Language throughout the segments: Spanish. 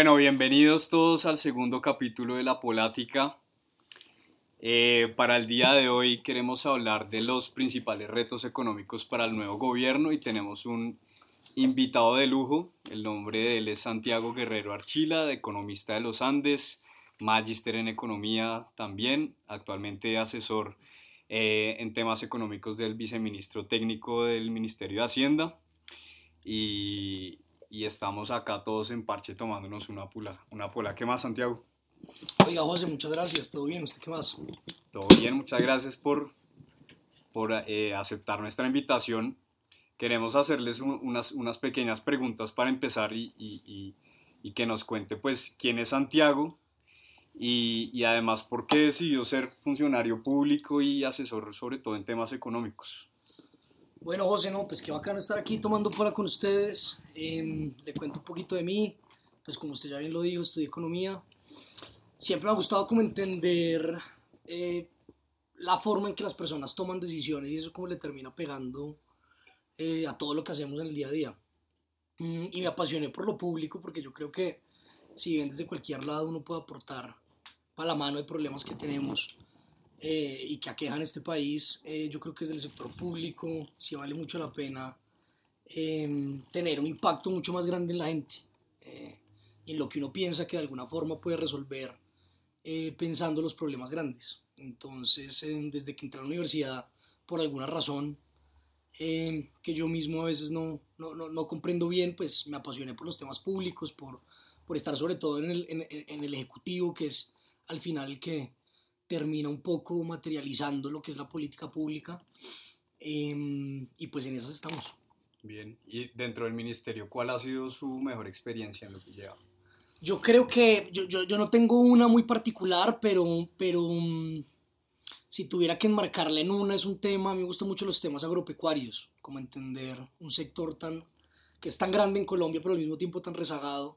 Bueno, bienvenidos todos al segundo capítulo de La Polática. Para el día de hoy queremos hablar de los principales retos económicos para el nuevo gobierno y tenemos un invitado de lujo. El nombre de él es Santiago Guerrero Archila, economista de los Andes, magíster en economía también, actualmente asesor en temas económicos del viceministro técnico del Ministerio de Hacienda. Y estamos acá todos en parche tomándonos una pola. ¿Qué más, Santiago? Oiga, José, muchas gracias. ¿Todo bien? ¿Usted qué más? Todo bien, muchas gracias por aceptar nuestra invitación. Queremos hacerles unas pequeñas preguntas para empezar y que nos cuente pues quién es Santiago y además por qué decidió ser funcionario público y asesor sobre todo en temas económicos. Bueno, José, no, pues qué bacano estar aquí tomando pola con ustedes. Le cuento un poquito de mí. Pues como usted ya bien lo dijo, estudié economía. Siempre me ha gustado como entender la forma en que las personas toman decisiones y eso como le termina pegando a todo lo que hacemos en el día a día. Y me apasioné por lo público porque yo creo que si bien desde cualquier lado uno puede aportar para la mano de problemas que tenemos y que aquejan este país, yo creo que desde el sector público sí vale mucho la pena tener un impacto mucho más grande en la gente, eh, en lo que uno piensa que de alguna forma puede resolver pensando los problemas grandes. Entonces, desde que entré a la universidad, por alguna razón que yo mismo a veces no comprendo bien, pues me apasioné por los temas públicos, por estar sobre todo en el ejecutivo, que es al final el que termina un poco materializando lo que es la política pública, y pues en esas estamos. Bien, y dentro del ministerio, ¿cuál ha sido su mejor experiencia en lo que lleva? Yo creo que yo no tengo una muy particular, pero si tuviera que enmarcarla en una, es un tema, a mí me gustan mucho los temas agropecuarios, como entender un sector que es tan grande en Colombia, pero al mismo tiempo tan rezagado.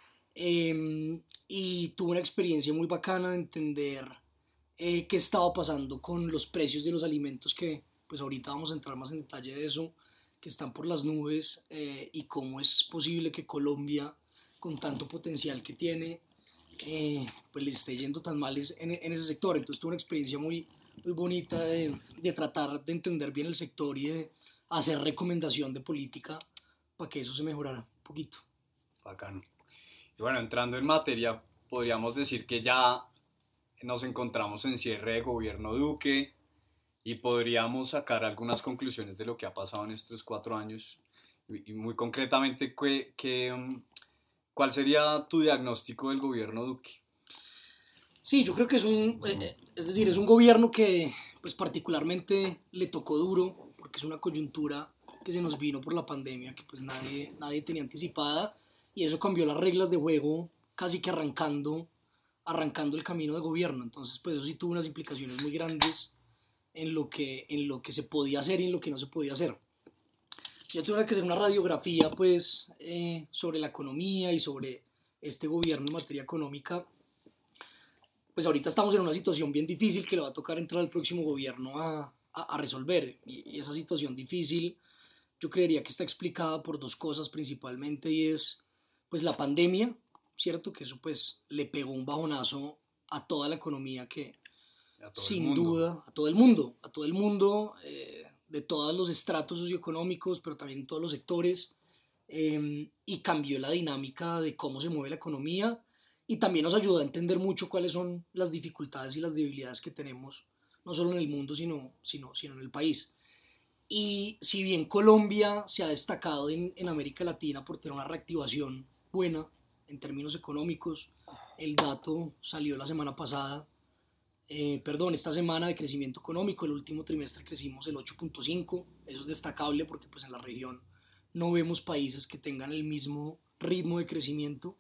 Y tuve una experiencia muy bacana de entender qué estaba pasando con los precios de los alimentos, que pues ahorita vamos a entrar más en detalle de eso, que están por las nubes, y cómo es posible que Colombia, con tanto potencial que tiene, pues le esté yendo tan mal en ese sector. Entonces tuve una experiencia muy bonita de tratar de entender bien el sector y de hacer recomendación de política para que eso se mejorara un poquito. Bacano. Y bueno, entrando en materia, podríamos decir que ya nos encontramos en cierre de gobierno Duque y podríamos sacar algunas conclusiones de lo que ha pasado en estos 4 años. Y muy concretamente, ¿cuál sería tu diagnóstico del gobierno Duque? Sí, yo creo que es decir, es un gobierno que pues particularmente le tocó duro, porque es una coyuntura que se nos vino por la pandemia, que pues nadie tenía anticipada, y eso cambió las reglas de juego casi que arrancando el camino de gobierno. Entonces pues eso sí tuvo unas implicaciones muy grandes en lo que se podía hacer y en lo que no se podía hacer. Si yo tuviera que hacer una radiografía pues sobre la economía y sobre este gobierno en materia económica, pues ahorita estamos en una situación bien difícil que le va a tocar entrar al próximo gobierno a resolver. Y esa situación difícil yo creería que está explicada por dos cosas principalmente, y es pues la pandemia, ¿cierto? Que eso pues le pegó un bajonazo a toda la economía, que A todo el sin mundo. duda a todo el mundo, de todos los estratos socioeconómicos, pero también en todos los sectores, y cambió la dinámica de cómo se mueve la economía, y también nos ayuda a entender mucho cuáles son las dificultades y las debilidades que tenemos, no solo en el mundo, sino en el país. Y si bien Colombia se ha destacado en América Latina por tener una reactivación buena en términos económicos, el dato salió la semana pasada, esta semana, de crecimiento económico. El último trimestre crecimos el 8.5. Eso es destacable porque pues en la región no vemos países que tengan el mismo ritmo de crecimiento.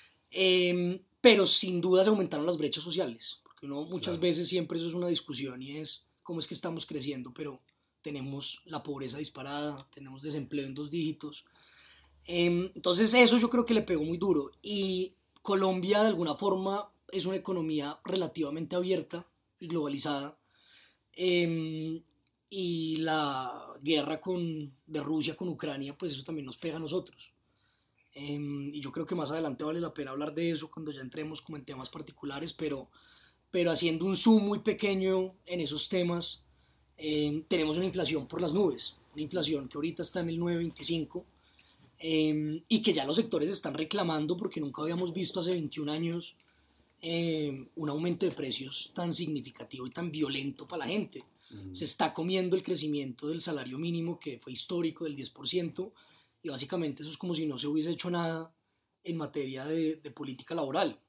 Pero sin duda se aumentaron las brechas sociales, porque uno muchas Claro. veces siempre eso es una discusión, y es cómo es que estamos creciendo, pero tenemos la pobreza disparada, tenemos desempleo en 2 dígitos. Entonces eso yo creo que le pegó muy duro, y Colombia de alguna forma es una economía relativamente abierta y globalizada, eh, y la guerra de Rusia con Ucrania, pues eso también nos pega a nosotros. Y yo creo que más adelante vale la pena hablar de eso cuando ya entremos como en temas particulares, pero haciendo un zoom muy pequeño en esos temas, tenemos una inflación por las nubes, una inflación que ahorita está en el 9,25, y que ya los sectores están reclamando porque nunca habíamos visto hace 21 años un aumento de precios tan significativo y tan violento para la gente. Se está comiendo el crecimiento del salario mínimo, que fue histórico, del 10%, y básicamente eso es como si no se hubiese hecho nada en materia de política laboral.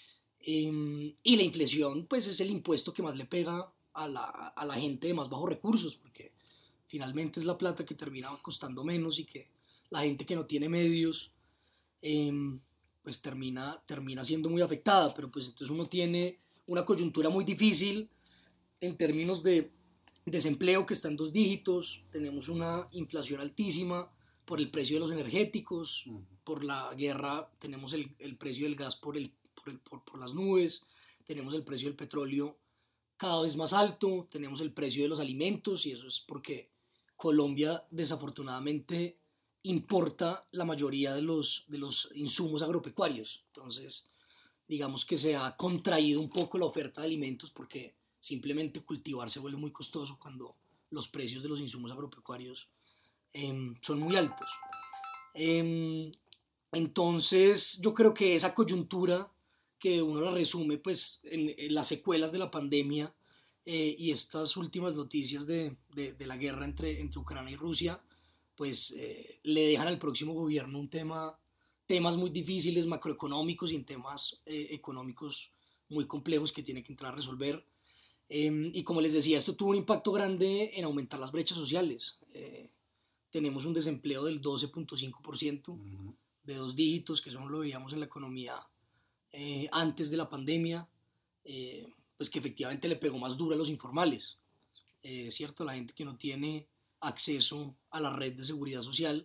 Y la inflación pues es el impuesto que más le pega a la gente de más bajos recursos, porque finalmente es la plata que termina costando menos y que la gente que no tiene medios eh, pues termina siendo muy afectada. Pero pues entonces uno tiene una coyuntura muy difícil en términos de desempleo, que está en 2 dígitos, tenemos una inflación altísima por el precio de los energéticos, por la guerra tenemos el precio del gas por las nubes, tenemos el precio del petróleo cada vez más alto, tenemos el precio de los alimentos, y eso es porque Colombia desafortunadamente importa la mayoría de los insumos agropecuarios. Entonces, digamos que se ha contraído un poco la oferta de alimentos porque simplemente cultivar se vuelve muy costoso cuando los precios de los insumos agropecuarios son muy altos. Eh, entonces, yo creo que esa coyuntura, que uno la resume pues en las secuelas de la pandemia, y estas últimas noticias de la guerra entre Ucrania y Rusia, pues le dejan al próximo gobierno temas muy difíciles macroeconómicos y en temas económicos muy complejos que tiene que entrar a resolver. Y como les decía, esto tuvo un impacto grande en aumentar las brechas sociales. Tenemos un desempleo del 12,5%, de 2 dígitos, que eso no lo veíamos en la economía antes de la pandemia, pues que efectivamente le pegó más duro a los informales, ¿cierto? La gente que no tiene acceso a la red de seguridad social.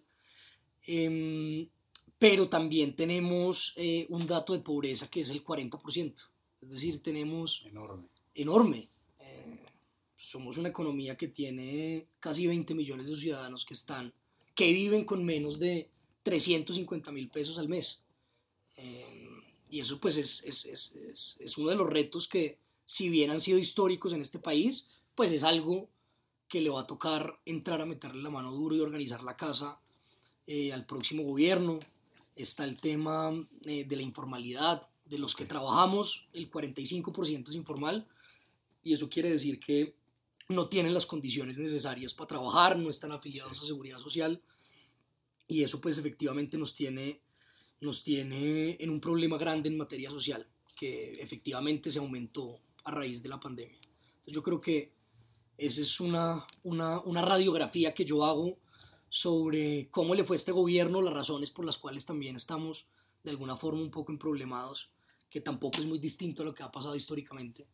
Pero también tenemos un dato de pobreza que es el 40%, es decir, tenemos enorme. Somos una economía que tiene casi 20 millones de ciudadanos que viven con menos de 350.000 pesos al mes. Y eso pues es uno de los retos que, si bien han sido históricos en este país, pues es algo que le va a tocar entrar a meterle la mano duro y organizar la casa al próximo gobierno. Está el tema de la informalidad, de los que trabajamos, el 45% es informal, y eso quiere decir que no tienen las condiciones necesarias para trabajar, no están afiliados a seguridad social, y eso pues efectivamente nos tiene en un problema grande en materia social, que efectivamente se aumentó a raíz de la pandemia. Entonces yo creo que esa es una radiografía que yo hago sobre cómo le fue a este gobierno, las razones por las cuales también estamos de alguna forma un poco emproblemados, que tampoco es muy distinto a lo que ha pasado históricamente.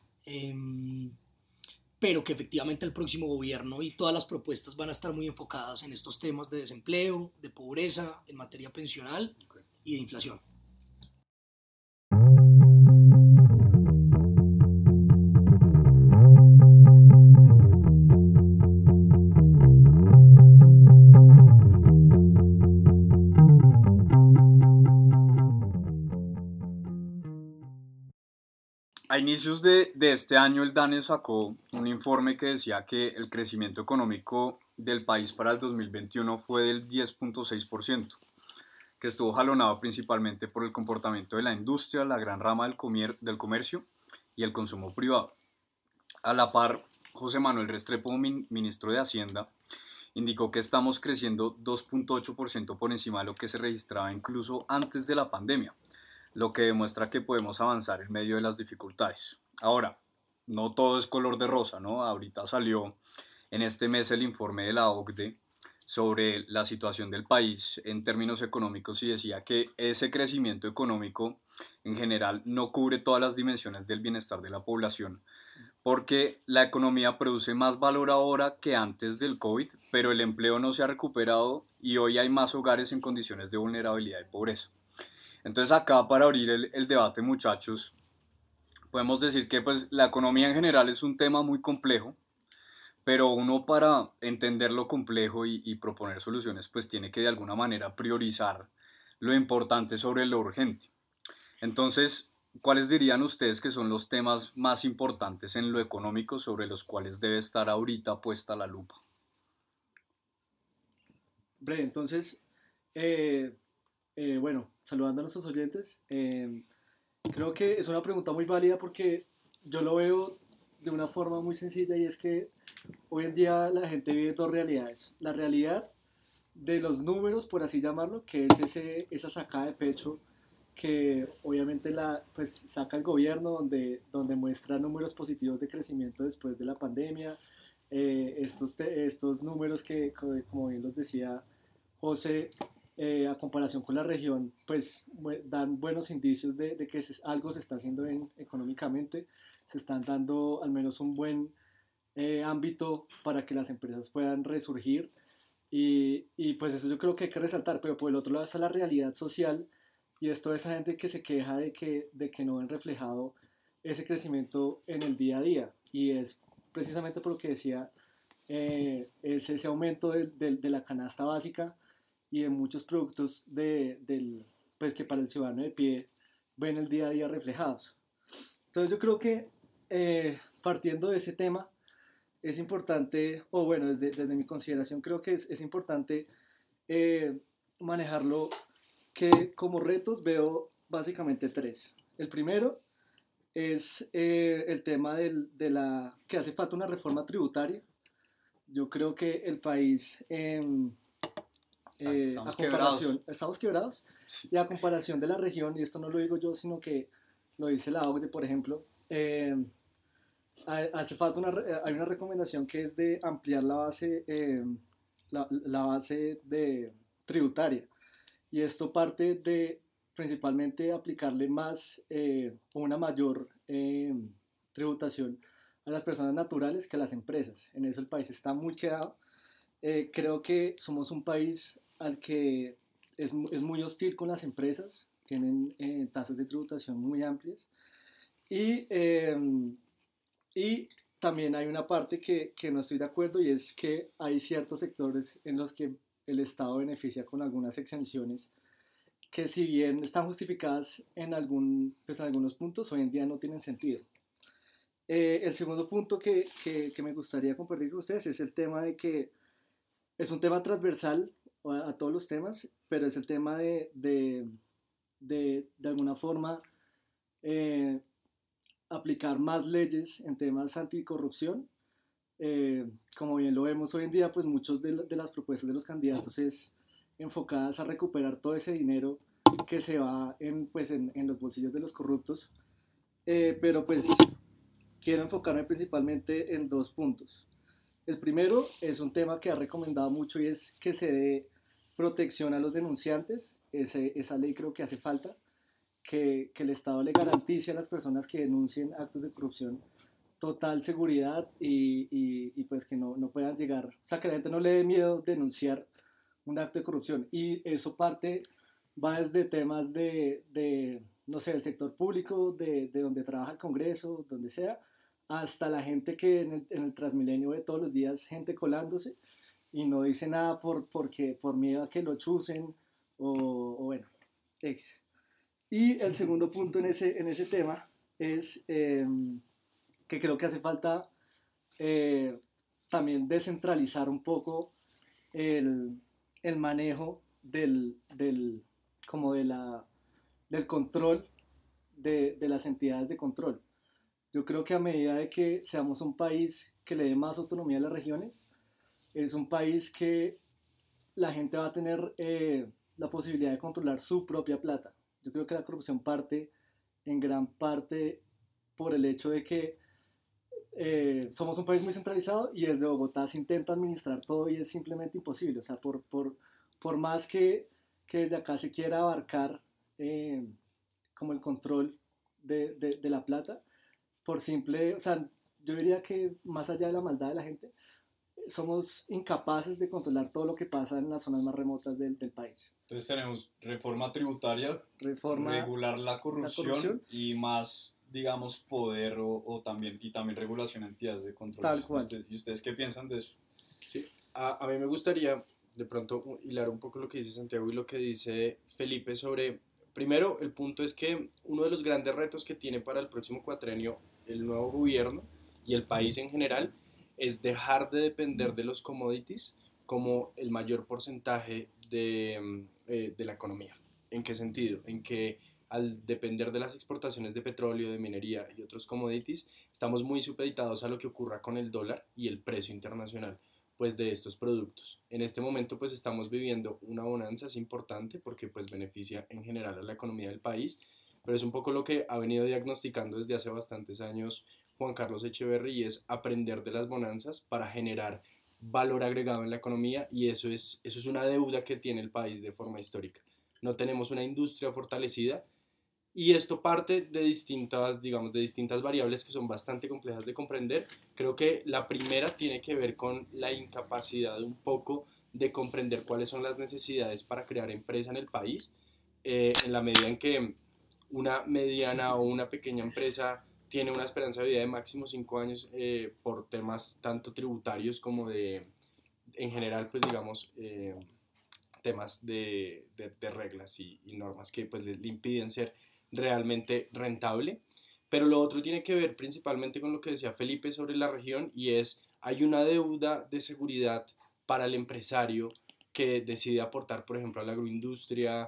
Pero que efectivamente el próximo gobierno y todas las propuestas van a estar muy enfocadas en estos temas de desempleo, de pobreza, en materia pensional y de inflación. A inicios de este año el DANE sacó un informe que decía que el crecimiento económico del país para el 2021 fue del 10,6%, que estuvo jalonado principalmente por el comportamiento de la industria, la gran rama del comercio y el consumo privado. A la par, José Manuel Restrepo, ministro de Hacienda, indicó que estamos creciendo 2,8% por encima de lo que se registraba incluso antes de la pandemia, lo que demuestra que podemos avanzar en medio de las dificultades. Ahora, no todo es color de rosa, ¿no? Ahorita salió en este mes el informe de la OCDE sobre la situación del país en términos económicos, y decía que ese crecimiento económico en general no cubre todas las dimensiones del bienestar de la población, porque la economía produce más valor ahora que antes del COVID, pero el empleo no se ha recuperado y hoy hay más hogares en condiciones de vulnerabilidad y pobreza. Entonces acá, para abrir el debate, muchachos, podemos decir que pues la economía en general es un tema muy complejo, pero uno, para entender lo complejo y proponer soluciones, pues tiene que de alguna manera priorizar lo importante sobre lo urgente. Entonces, ¿cuáles dirían ustedes que son los temas más importantes en lo económico sobre los cuales debe estar ahorita puesta la lupa? Breve, entonces, eh, bueno, saludando a nuestros oyentes, creo que es una pregunta muy válida porque yo lo veo de una forma muy sencilla y es que hoy en día la gente vive dos realidades. La realidad de los números, por así llamarlo, que es esa sacada de pecho que obviamente pues, saca el gobierno donde muestra números positivos de crecimiento después de la pandemia. Estos números que, como bien los decía José, a comparación con la región, pues dan buenos indicios de que algo se está haciendo económicamente, se están dando al menos un buen ámbito para que las empresas puedan resurgir y pues eso yo creo que hay que resaltar, pero por el otro lado está la realidad social y es toda esa gente que se queja de que no ven reflejado ese crecimiento en el día a día y es precisamente por lo que decía, es ese aumento de la canasta básica y de muchos productos pues que para el ciudadano de pie ven el día a día reflejados. Entonces yo creo que partiendo de ese tema, es importante, o bueno, desde mi consideración creo que es importante eh, manejarlo, que como retos veo básicamente tres. El primero es el tema que hace falta una reforma tributaria. Yo creo que el país, Estamos quebrados. estamos quebrados, y a comparación de la región, y esto no lo digo yo, sino que lo dice la OCDE, por ejemplo, hace falta hay una recomendación que es de ampliar la base tributaria. Y esto parte de principalmente aplicarle más una mayor tributación a las personas naturales que a las empresas. En eso el país está muy quedado. Creo que somos un país al que es muy hostil con las empresas, tienen tasas de tributación muy amplias y y también hay una parte que no estoy de acuerdo y es que hay ciertos sectores en los que el Estado beneficia con algunas exenciones que si bien están justificadas pues en algunos puntos, hoy en día no tienen sentido. El segundo punto que me gustaría compartir con ustedes es el tema de que es un tema transversal a todos los temas, pero es el tema de alguna forma eh, aplicar más leyes en temas anticorrupción. Como bien lo vemos hoy en día, pues muchos de las propuestas de los candidatos es enfocadas a recuperar todo ese dinero que se va pues en los bolsillos de los corruptos. Pero pues quiero enfocarme principalmente en dos puntos. El primero es un tema que ha recomendado mucho y es que se dé protección a los denunciantes. Esa ley creo que hace falta, que el Estado le garantice a las personas que denuncien actos de corrupción total seguridad y pues que no puedan llegar, o sea, que la gente no le dé miedo denunciar un acto de corrupción. Y eso va desde temas no sé, del sector público, de donde trabaja el Congreso, donde sea, hasta la gente que en el Transmilenio ve todos los días gente colándose y no dice nada por miedo a que lo chusen o bueno, X. Y el segundo punto en ese tema es que creo que hace falta eh, también descentralizar un poco el manejo como del control de las entidades de control. Yo creo que a medida de que seamos un país que le dé más autonomía a las regiones, es un país que la gente va a tener la posibilidad de controlar su propia plata. Yo creo que la corrupción parte en gran parte por el hecho de que somos un país muy centralizado y desde Bogotá se intenta administrar todo y es simplemente imposible. O sea, por más que desde acá se quiera abarcar como el control de la plata, o sea, yo diría que más allá de la maldad de la gente, somos incapaces de controlar todo lo que pasa en las zonas más remotas del país. Entonces tenemos reforma tributaria, regular la corrupción y más, digamos, poder o también regulación de entidades de control. Tal cual. ¿Y ustedes qué piensan de eso? Sí, a mí me gustaría de pronto hilar un poco lo que dice Santiago y lo que dice Felipe sobre, primero, el punto es que uno de los grandes retos que tiene para el próximo cuatrenio el nuevo gobierno y el país en general es dejar de depender de los commodities como el mayor porcentaje de la economía. ¿En qué sentido? En que al depender de las exportaciones de petróleo, de minería y otros commodities, estamos muy supeditados a lo que ocurra con el dólar y el precio internacional pues de estos productos. En este momento pues estamos viviendo una bonanza, es importante porque pues beneficia en general a la economía del país, pero es un poco lo que ha venido diagnosticando desde hace bastantes años Juan Carlos Echeverry y es aprender de las bonanzas para generar valor agregado en la economía y eso es una deuda que tiene el país de forma histórica. No tenemos una industria fortalecida y esto parte de distintas, digamos, de distintas variables que son bastante complejas de comprender. Creo que la primera tiene que ver con la incapacidad un poco de comprender cuáles son las necesidades para crear empresa en el país, en la medida en que una mediana o una pequeña empresa tiene una esperanza de vida de máximo 5 años por temas tanto tributarios como en general, pues digamos, temas de reglas y normas que pues le impiden ser realmente rentable. Pero lo otro tiene que ver principalmente con lo que decía Felipe sobre la región y es, hay una deuda de seguridad para el empresario que decide aportar, por ejemplo, a la agroindustria,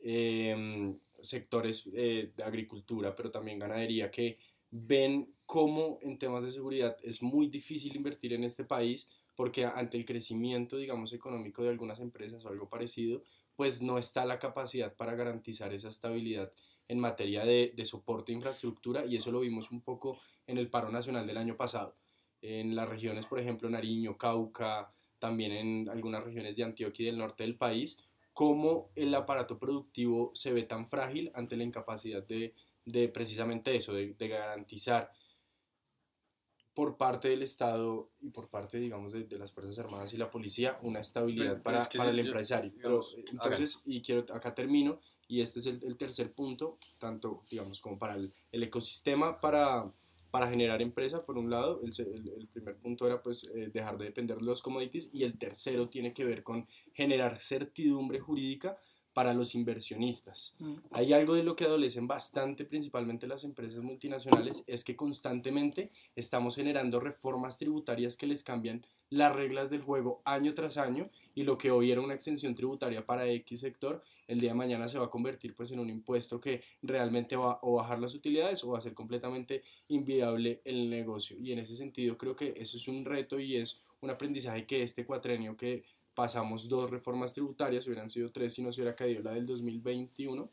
sectores de agricultura, pero también ganadería, que ven cómo en temas de seguridad es muy difícil invertir en este país porque ante el crecimiento, digamos, económico de algunas empresas o algo parecido, pues no está la capacidad para garantizar esa estabilidad en materia de soporte de infraestructura y eso lo vimos un poco en el paro nacional del año pasado. En las regiones, por ejemplo, Nariño, Cauca, también en algunas regiones de Antioquia y del norte del país, cómo el aparato productivo se ve tan frágil ante la incapacidad de precisamente eso, de garantizar por parte del Estado y por parte, digamos, de las Fuerzas Armadas y la policía una estabilidad Pero es que para si, el yo, empresario. Pero digamos, entonces, y quiero, acá termino, y este es el tercer punto, tanto, digamos, como para el ecosistema, para generar empresa, por un lado, el primer punto era pues dejar de depender de los commodities y el tercero tiene que ver con generar certidumbre jurídica para los inversionistas. Hay algo de lo que adolecen bastante, principalmente las empresas multinacionales, es que constantemente estamos generando reformas tributarias que les cambian las reglas del juego año tras año y lo que hoy era una exención tributaria para X sector, el día de mañana se va a convertir pues en un impuesto que realmente va o bajar las utilidades o va a ser completamente inviable el negocio. Y en ese sentido creo que eso es un reto y es un aprendizaje que este cuatrenio que pasamos dos reformas tributarias, hubieran sido tres si no se hubiera caído la del 2021,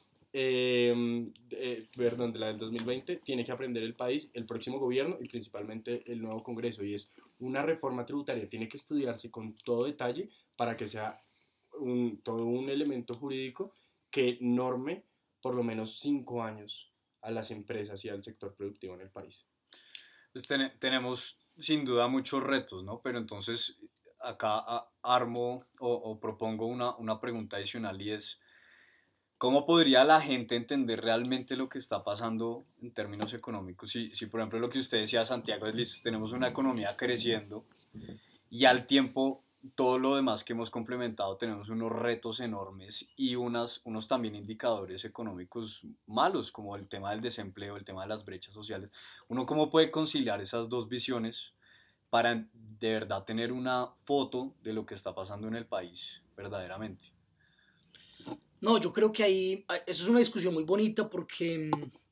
perdón, de la del 2020, tiene que aprender el país, el próximo gobierno y principalmente el nuevo Congreso. Y es una reforma tributaria, tiene que estudiarse con todo detalle para que sea todo un elemento jurídico que norme por lo menos 5 años a las empresas y al sector productivo en el país. pues tenemos sin duda muchos retos, ¿no? Pero entonces acá armo o propongo una pregunta adicional y es, ¿cómo podría la gente entender realmente lo que está pasando en términos económicos? Si por ejemplo lo que usted decía, Santiago, es listo, tenemos una economía creciendo y al tiempo todo lo demás que hemos complementado tenemos unos retos enormes y unos también indicadores económicos malos, como el tema del desempleo, el tema de las brechas sociales. ¿Uno cómo puede conciliar esas dos visiones para de verdad tener una foto de lo que está pasando en el país verdaderamente? No, yo creo que ahí, eso es una discusión muy bonita porque,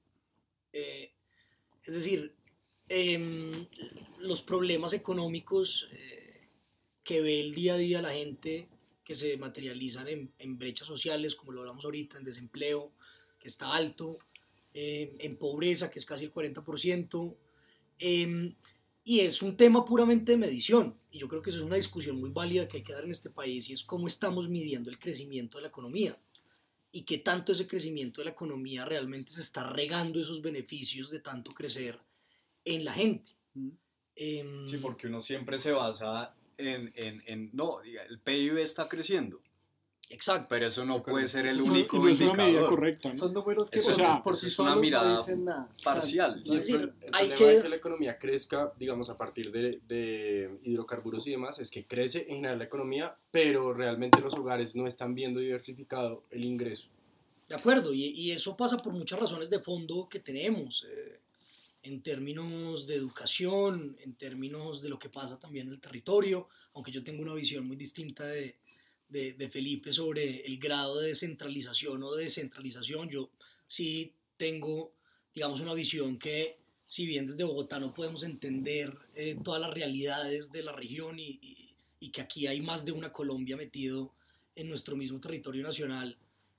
eh, es decir, em, los problemas económicos que ve el día a día la gente que se materializan en brechas sociales, como lo hablamos ahorita, en desempleo, que está alto, en pobreza, que es casi el 40%, eh, y es un tema puramente de medición, y yo creo que eso es una discusión muy válida que hay que dar en este país, y es cómo estamos midiendo el crecimiento de la economía, y qué tanto ese crecimiento de la economía realmente se está regando esos beneficios de tanto crecer en la gente. Sí, Eh, porque uno siempre se basa no, diga, el PIB está creciendo. Exacto. Pero eso no puede ser el Eso es- único Eso es una medida indicador. correcta, ¿no? Son números que Eso por es sí una solos no mirada dicen nada. parcial. O sea, Es decir, El hay problema de que... que la economía crezca, digamos, a partir de hidrocarburos y demás, es que crece en general la economía, pero realmente los hogares no están viendo diversificado el ingreso. De acuerdo, y eso pasa por muchas razones de fondo que tenemos, en términos de educación, en términos de lo que pasa también en el territorio, aunque yo tengo una visión muy distinta de Felipe sobre el grado de descentralización o de descentralización. Yo sí tengo, digamos, una visión que, si bien desde Bogotá no podemos entender todas las realidades de la región y que aquí hay más de una Colombia metido en nuestro mismo territorio nacional,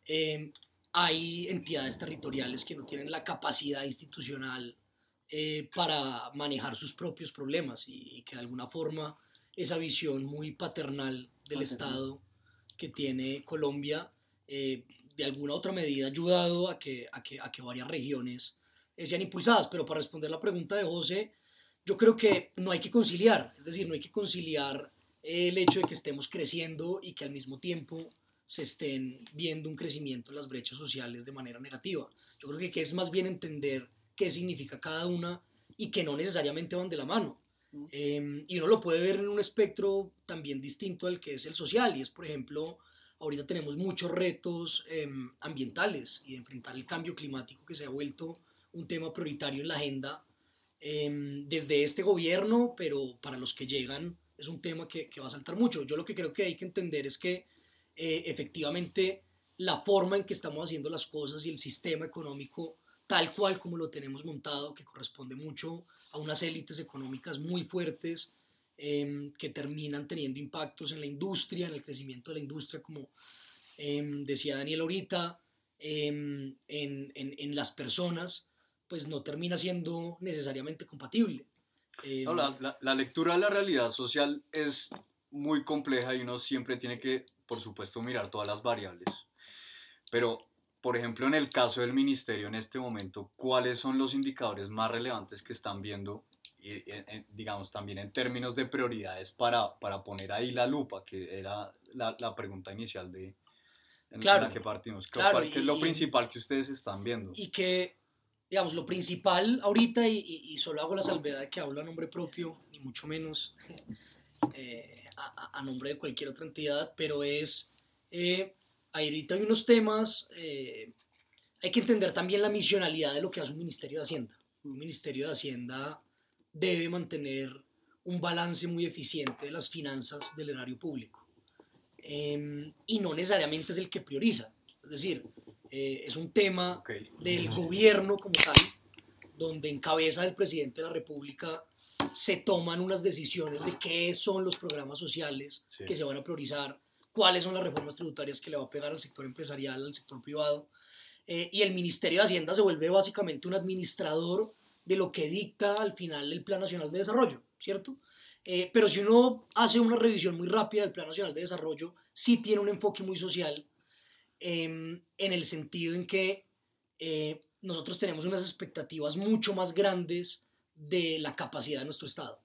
hay entidades territoriales que no tienen la capacidad institucional para manejar sus propios problemas y que de alguna forma esa visión muy paternal del Estado que tiene Colombia, de alguna otra medida ha ayudado a que varias regiones sean impulsadas. Pero para responder la pregunta de José, yo creo que no hay que conciliar, es decir, no hay que conciliar el hecho de que estemos creciendo y que al mismo tiempo se estén viendo un crecimiento en las brechas sociales de manera negativa. Yo creo que es más bien entender qué significa cada una y que no necesariamente van de la mano. Y uno lo puede ver en un espectro también distinto al que es el social, y es, por ejemplo, ahorita tenemos muchos retos ambientales y de enfrentar el cambio climático, que se ha vuelto un tema prioritario en la agenda desde este gobierno, pero para los que llegan es un tema que va a saltar mucho. Yo lo que creo que hay que entender es que efectivamente la forma en que estamos haciendo las cosas y el sistema económico tal cual como lo tenemos montado, que corresponde mucho a unas élites económicas muy fuertes que terminan teniendo impactos en la industria, en el crecimiento de la industria, como decía Daniel ahorita, en las personas, pues no termina siendo necesariamente compatible. No, la lectura de la realidad social es muy compleja y uno siempre tiene que, por supuesto, mirar todas las variables. Pero, por ejemplo, en el caso del ministerio en este momento, ¿cuáles son los indicadores más relevantes que están viendo, digamos, también en términos de prioridades para poner ahí la lupa, que era la pregunta inicial Claro, la que partimos? claro, ¿Qué es lo principal que ustedes están viendo? y que, digamos, lo principal ahorita, y solo hago la salvedad de que hablo a nombre propio, ni mucho menos a nombre de cualquier otra entidad, pero es, ahorita hay unos temas, hay que entender también la misionalidad de lo que hace un Ministerio de Hacienda. Un Ministerio de Hacienda debe mantener un balance muy eficiente de las finanzas del erario público. Y no necesariamente es el que prioriza. Es decir, es un tema del gobierno como tal, donde en cabeza del presidente de la República se toman unas decisiones de qué son los programas sociales que se van a priorizar, cuáles son las reformas tributarias que le va a pegar al sector empresarial, al sector privado. Y el Ministerio de Hacienda se vuelve básicamente un administrador de lo que dicta al final el Plan Nacional de Desarrollo, ¿cierto? Pero si uno hace una revisión muy rápida del Plan Nacional de Desarrollo, sí tiene un enfoque muy social, en el sentido en que nosotros tenemos unas expectativas mucho más grandes de la capacidad de nuestro Estado.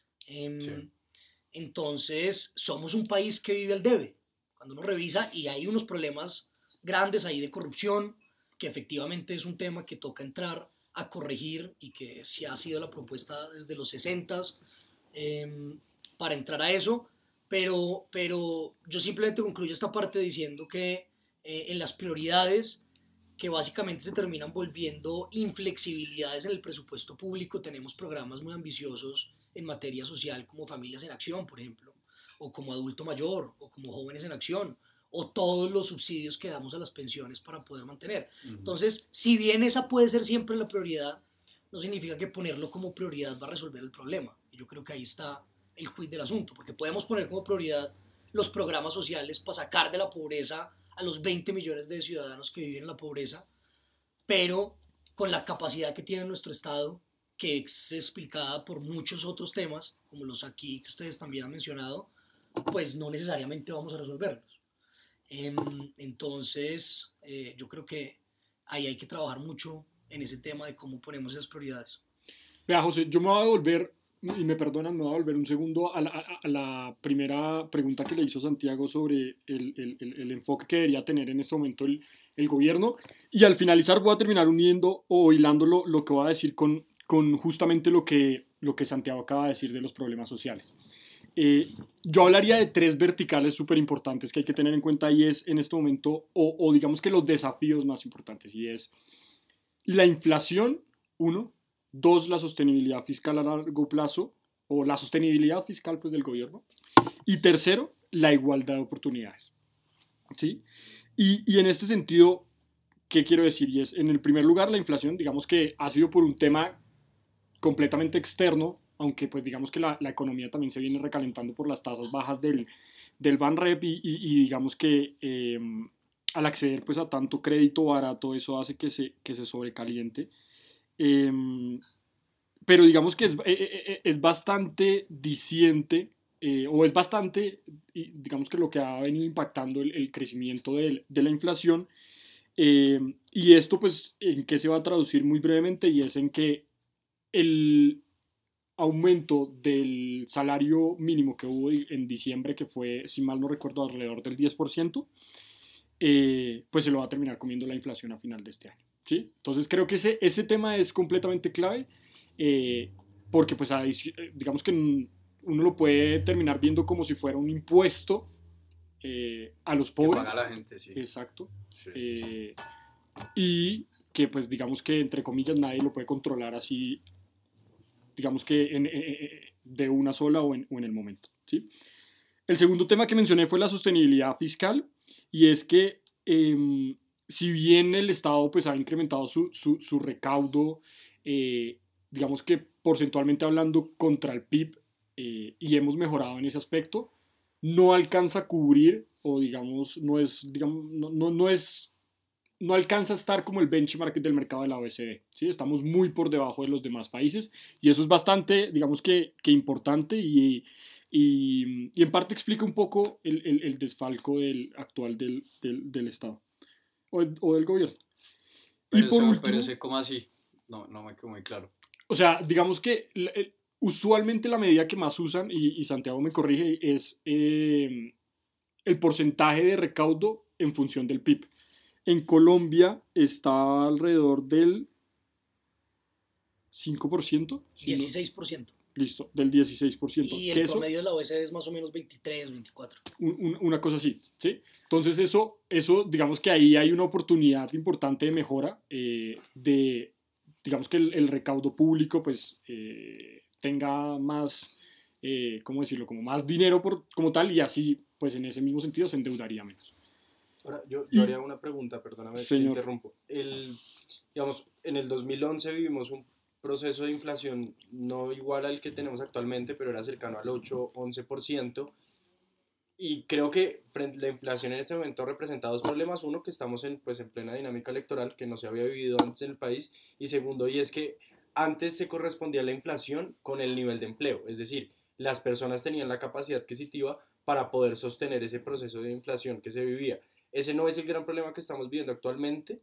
Entonces, somos un país que vive al debe. Cuando uno revisa, y hay unos problemas grandes ahí de corrupción, que efectivamente es un tema que toca entrar a corregir y que sí ha sido la propuesta desde los 60s para entrar a eso, pero yo simplemente concluyo esta parte diciendo que en las prioridades que básicamente se terminan volviendo inflexibilidades en el presupuesto público, tenemos programas muy ambiciosos en materia social como Familias en Acción, por ejemplo, o como Adulto Mayor, o como Jóvenes en Acción, o todos los subsidios que damos a las pensiones para poder mantener. Entonces, si bien esa puede ser siempre la prioridad, no significa que ponerlo como prioridad va a resolver el problema. Y yo creo que ahí está el quid del asunto, porque podemos poner como prioridad los programas sociales para sacar de la pobreza a los 20 millones de ciudadanos que viven en la pobreza, pero con la capacidad que tiene nuestro Estado, que es explicada por muchos otros temas, como los aquí que ustedes también han mencionado, pues no necesariamente vamos a resolverlos. Entonces, yo creo que ahí hay que trabajar mucho en ese tema de cómo ponemos esas prioridades. Vea, José, yo me voy a volver y me perdonan, me voy a volver un segundo a la primera pregunta que le hizo Santiago sobre el enfoque que debería tener en este momento el gobierno. Y al finalizar voy a terminar uniendo o hilando lo que voy a decir con justamente lo que Santiago acaba de decir de los problemas sociales. Yo hablaría de 3 verticales súper importantes que hay que tener en cuenta y es en este momento, o digamos que los desafíos más importantes, y es la inflación, 1, 2, la sostenibilidad fiscal a largo plazo, o la sostenibilidad fiscal pues, del gobierno, y tercero, la igualdad de oportunidades. ¿Sí? Y en este sentido, ¿qué quiero decir? Y es, en el primer lugar, la inflación, digamos que ha sido por un tema completamente externo, aunque pues digamos que la economía también se viene recalentando por las tasas bajas del Banrep y digamos que al acceder pues a tanto crédito barato eso hace que se sobrecaliente. Pero digamos que es bastante diciente o es bastante, digamos que lo que ha venido impactando el crecimiento de la inflación. Y esto pues en qué se va a traducir muy brevemente y es en que el aumento del salario mínimo que hubo en diciembre, que fue, si mal no recuerdo, alrededor del 10%, pues se lo va a terminar comiendo la inflación a final de este año. ¿Sí? Entonces creo que ese tema es completamente clave, porque pues digamos que uno lo puede terminar viendo como si fuera un impuesto a los pobres. Que paga la gente, sí. Exacto. Sí. Y que pues digamos que entre comillas nadie lo puede controlar así, digamos que de una sola o en el momento. ¿Sí? El segundo tema que mencioné fue la sostenibilidad fiscal y es que si bien el Estado pues, ha incrementado su recaudo, digamos que porcentualmente hablando contra el PIB y hemos mejorado en ese aspecto, no alcanza a cubrir o digamos no alcanza a estar como el benchmark del mercado de la OECD, ¿sí? Estamos muy por debajo de los demás países y eso es bastante, digamos que importante y en parte explica un poco el desfalco actual del Estado o del gobierno. Pero y por último, pero ¿cómo así? No me quedó muy claro. O sea, digamos que usualmente la medida que más usan, y Santiago me corrige, es el porcentaje de recaudo en función del PIB. En Colombia está alrededor del 5%. 16%. Listo, del 16%. Y el promedio de la OECD es más o menos 23, 24. Una cosa así, ¿sí? Entonces eso, digamos que ahí hay una oportunidad importante de mejora, digamos que el recaudo público pues tenga más, ¿cómo decirlo? Como más dinero como tal y así pues en ese mismo sentido se endeudaría menos. Ahora, yo haría una pregunta, perdóname, te interrumpo. Digamos, en el 2011 vivimos un proceso de inflación no igual al que tenemos actualmente, pero era cercano al 8-11%. Y creo que la inflación en este momento representa 2 problemas. Uno, que estamos en plena dinámica electoral, que no se había vivido antes en el país. Y segundo, y es que antes se correspondía la inflación con el nivel de empleo. Es decir, las personas tenían la capacidad adquisitiva para poder sostener ese proceso de inflación que se vivía. ¿Ese no es el gran problema que estamos viviendo actualmente?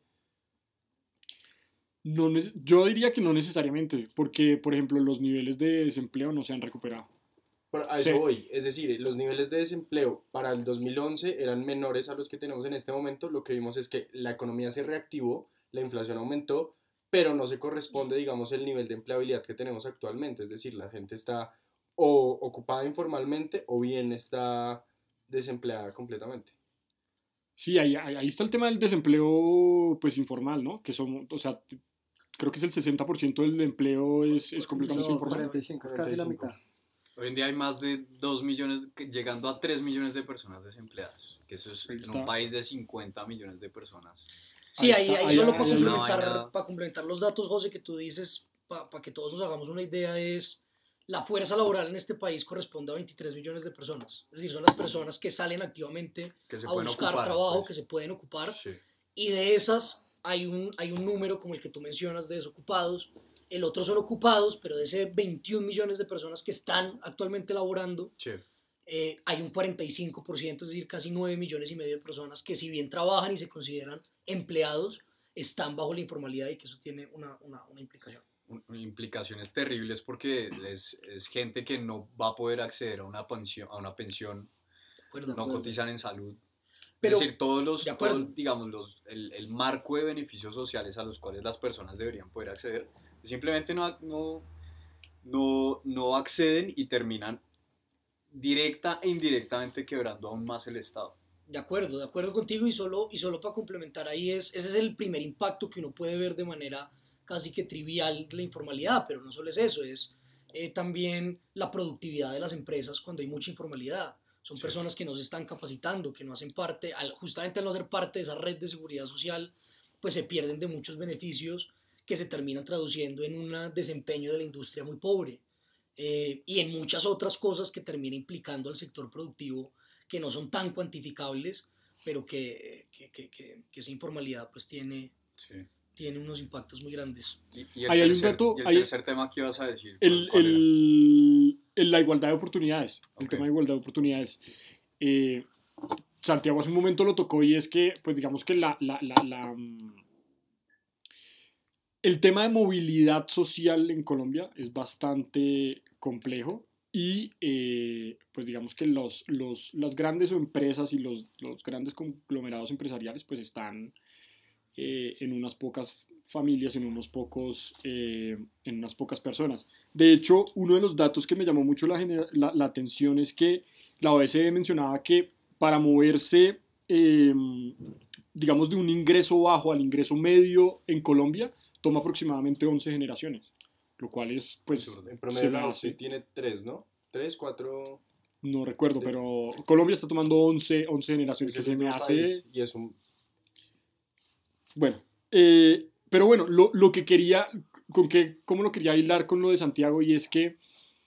No, yo diría que no necesariamente, porque, por ejemplo, los niveles de desempleo no se han recuperado. A eso voy. Es decir, los niveles de desempleo para el 2011 eran menores a los que tenemos en este momento. Lo que vimos es que la economía se reactivó, la inflación aumentó, pero no se corresponde, digamos, el nivel de empleabilidad que tenemos actualmente. Es decir, la gente está o ocupada informalmente o bien está desempleada completamente. Sí, ahí está el tema del desempleo pues informal, ¿no? Que son, o sea, creo que es el 60% del empleo es completamente informal. 45, es casi la mitad. Hoy en día hay más de 2 millones, llegando a 3 millones de personas desempleadas, que eso es en un país de 50 millones de personas. Sí, ahí solo para complementar los datos, José, que tú dices, para que todos nos hagamos una idea, es la fuerza laboral en este país corresponde a 23 millones de personas. Es decir, son las personas que salen activamente a buscar trabajo, pues, que se pueden ocupar. Sí. Y de esas hay un número como el que tú mencionas de desocupados. El otro son ocupados, pero de ese 21 millones de personas que están actualmente laborando, sí, hay un 45%, es decir, casi 9 millones y medio de personas que si bien trabajan y se consideran empleados, están bajo la informalidad y que eso tiene una implicación. implicaciones terribles porque es gente que no va a poder acceder a una pensión, acuerdo, no acuerdo. cotizan en salud. Pero, Es decir, de acuerdo. digamos, el marco de beneficios sociales a los cuales las personas deberían poder acceder, simplemente no acceden y terminan directa e indirectamente quebrando aún más el Estado. De acuerdo contigo y solo para complementar ahí ese es el primer impacto que uno puede ver de manera casi que trivial de la informalidad, pero no solo es eso, es también la productividad de las empresas cuando hay mucha informalidad. Son Sí. personas que no se están capacitando, que no hacen parte, justamente al no ser parte de esa red de seguridad social, pues se pierden de muchos beneficios que se terminan traduciendo en un desempeño de la industria muy pobre y en muchas otras cosas que termina implicando al sector productivo que no son tan cuantificables, pero que esa informalidad pues Sí. tiene unos impactos muy grandes. Y Ahí hay un dato, el ahí- tercer tema que ibas a decir, El, ¿cuál era? la igualdad de oportunidades, el Ok. tema de igualdad de oportunidades. Santiago hace un momento lo tocó y es que, pues digamos que el tema de movilidad social en Colombia es bastante complejo y pues digamos que las grandes empresas y los grandes conglomerados empresariales pues están en unas pocas familias, en unas pocas personas. De hecho, uno de los datos que me llamó mucho la atención es que la OECD mencionaba que para moverse, digamos, de un ingreso bajo al ingreso medio en Colombia, toma aproximadamente 11 generaciones, lo cual es, pues, Absurdo. En se promedio me la hace- OCDE tiene 3, ¿no? 3, 4... no recuerdo, pero Colombia está tomando 11 generaciones, Es que el se me único hace... país y es un... Bueno, pero bueno, lo que quería, cómo lo quería hilar con lo de Santiago y es que,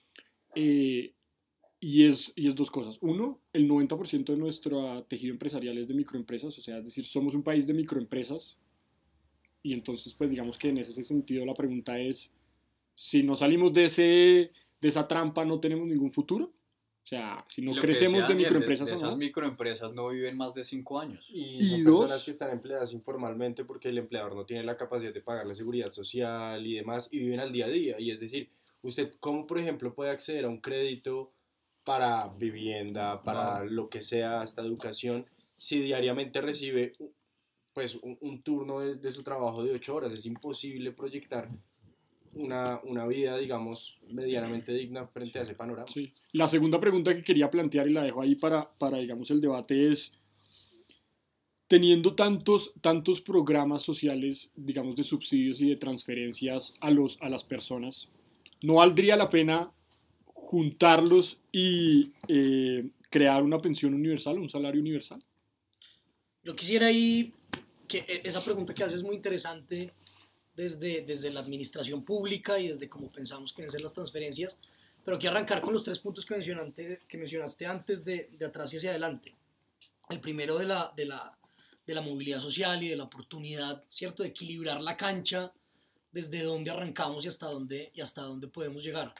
y es dos cosas. Uno, el 90% de nuestro tejido empresarial es de microempresas, o sea, es decir, somos un país de microempresas y entonces, pues digamos que en ese sentido la pregunta es, si no salimos de esa trampa no tenemos ningún futuro. O sea, si Y no lo que crecemos decía de Daniel, microempresas de o esas más. microempresas no viven más de 5 años. Y Y son dos- personas que están empleadas informalmente porque el empleador no tiene la capacidad de pagar la seguridad social y demás y viven al día a día. Y es decir, usted, ¿cómo por ejemplo puede acceder a un crédito para vivienda, para lo que sea, hasta educación, si diariamente recibe pues un turno de su trabajo de 8 horas? Es imposible proyectar una vida, digamos, medianamente digna frente a ese panorama. Sí. La segunda pregunta que quería plantear y la dejo ahí para digamos, el debate es, teniendo tantos programas sociales, digamos, de subsidios y de transferencias a las personas, ¿no valdría la pena juntarlos y crear una pensión universal, un salario universal? Yo quisiera ahí que esa pregunta que haces es muy interesante desde la administración pública y desde cómo pensamos que deben ser las transferencias, pero quiero arrancar con los 3 puntos que mencionaste antes de atrás y hacia adelante. El primero de la movilidad social y de la oportunidad, ¿cierto? De equilibrar la cancha desde dónde arrancamos y hasta dónde podemos llegar.